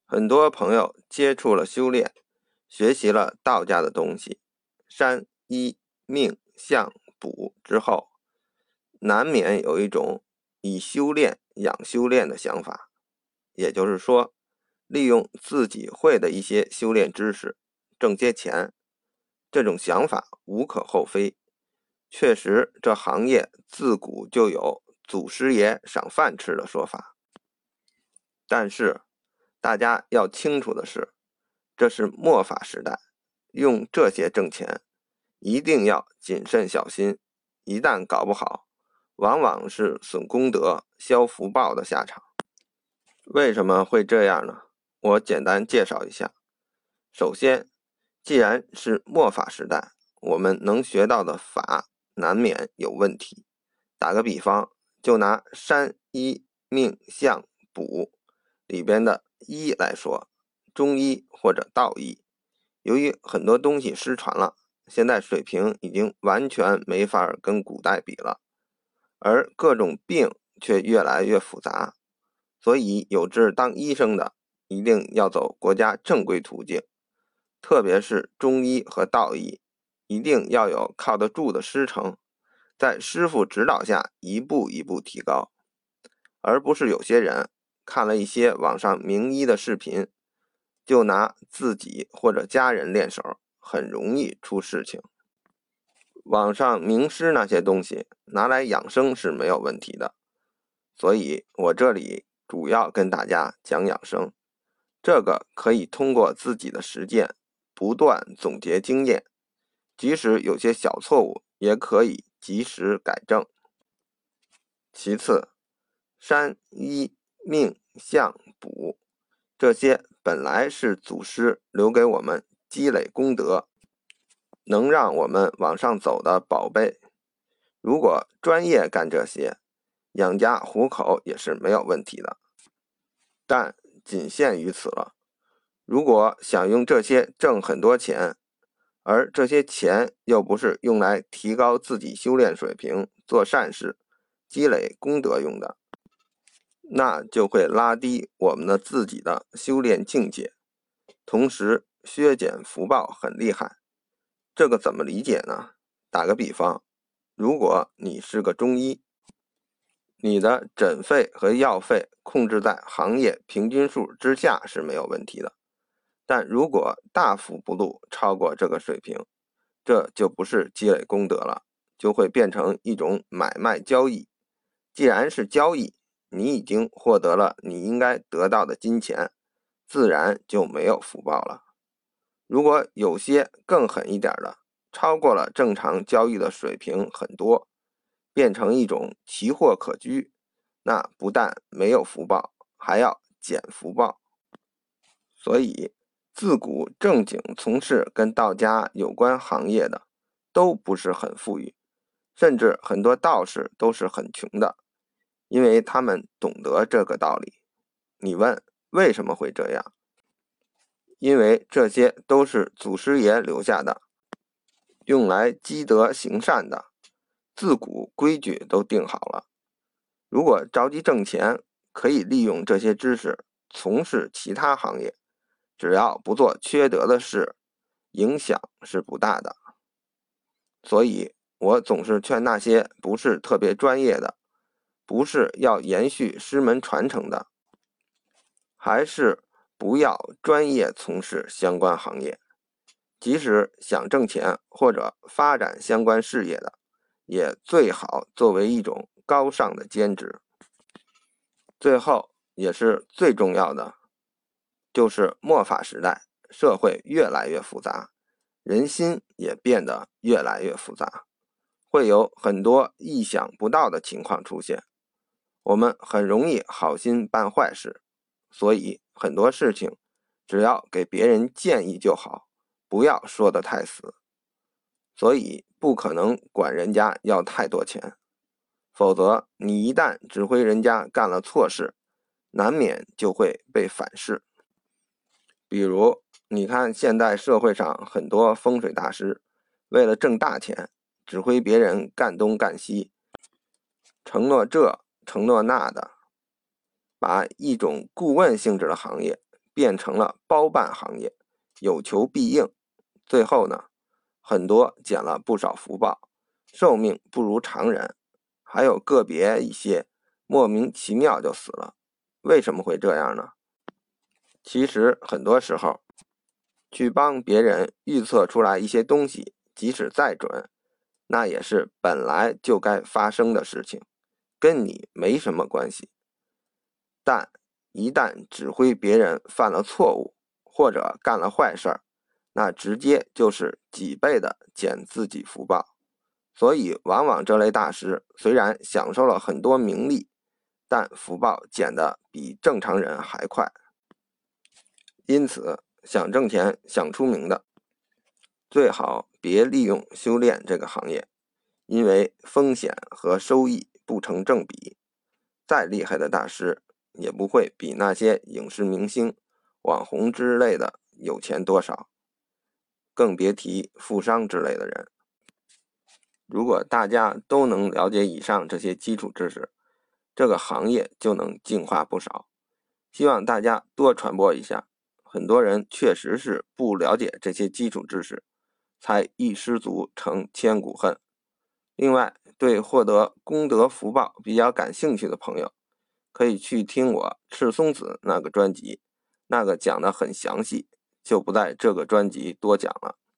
很多朋友接触了修炼，学习了道家的东西，山医命相卜之后，难免有一种以修炼养修炼的想法，也就是说，利用自己会的一些修炼知识挣些钱。这种想法无可厚非，确实这行业自古就有祖师爷赏饭吃的说法。但是大家要清楚的是，这是末法时代，用这些挣钱一定要谨慎小心，一旦搞不好，往往是损功德消福报的下场。为什么会这样呢？我简单介绍一下。首先，既然是末法时代，我们能学到的法难免有问题。打个比方，就拿山医命相卜里边的医来说，中医或者道医，由于很多东西失传了，现在水平已经完全没法跟古代比了，而各种病却越来越复杂，所以有志当医生的一定要走国家正规途径，特别是中医和道医，一定要有靠得住的师承，在师傅指导下一步一步提高，而不是有些人看了一些网上名医的视频，就拿自己或者家人练手，很容易出事情。网上名师那些东西拿来养生是没有问题的，所以我这里主要跟大家讲养生，这个可以通过自己的实践不断总结经验，即使有些小错误也可以及时改正。其次，山医命相卜这些本来是祖师留给我们积累功德，能让我们往上走的宝贝。如果专业干这些，养家糊口也是没有问题的，但仅限于此了。如果想用这些挣很多钱，而这些钱又不是用来提高自己修炼水平、做善事、积累功德用的，那就会拉低我们的自己的修炼境界，同时削减福报很厉害。这个怎么理解呢？打个比方，如果你是个中医，你的诊费和药费控制在行业平均数之下是没有问题的，但如果大幅不露超过这个水平，这就不是积累功德了，就会变成一种买卖交易。既然是交易，你已经获得了你应该得到的金钱，自然就没有福报了。如果有些更狠一点的，超过了正常交易的水平很多，变成一种奇货可居，那不但没有福报，还要减福报。所以自古正经从事跟道家有关行业的都不是很富裕，甚至很多道士都是很穷的，因为他们懂得这个道理。你问为什么会这样？因为这些都是祖师爷留下的，用来积德行善的，自古规矩都定好了。如果着急挣钱，可以利用这些知识从事其他行业，只要不做缺德的事，影响是不大的。所以我总是劝那些不是特别专业的，不是要延续师门传承的，还是不要专业从事相关行业。即使想挣钱或者发展相关事业的，也最好作为一种高尚的兼职。最后也是最重要的，就是末法时代，社会越来越复杂，人心也变得越来越复杂，会有很多意想不到的情况出现，我们很容易好心办坏事，所以很多事情只要给别人建议就好，不要说得太死。所以不可能管人家要太多钱，否则你一旦指挥人家干了错事，难免就会被反噬。比如你看现在社会上很多风水大师，为了挣大钱，指挥别人干东干西，承诺这承诺那的，把一种顾问性质的行业变成了包办行业，有求必应。最后呢，很多捡了不少福报，寿命不如常人，还有个别一些莫名其妙就死了。为什么会这样呢？其实很多时候去帮别人预测出来一些东西，即使再准，那也是本来就该发生的事情，跟你没什么关系。但一旦指挥别人犯了错误，或者干了坏事儿，那直接就是几倍的减自己福报。所以往往这类大师虽然享受了很多名利，但福报减得比正常人还快。因此想挣钱想出名的，最好别利用修炼这个行业，因为风险和收益不成正比。再厉害的大师也不会比那些影视明星、网红之类的有钱多少，更别提富商之类的人。如果大家都能了解以上这些基础知识，这个行业就能净化不少。希望大家多传播一下，很多人确实是不了解这些基础知识，才一失足成千古恨。另外，对获得功德福报比较感兴趣的朋友，可以去听我赤松子那个专辑，那个讲得很详细，就不在这个专辑多讲了。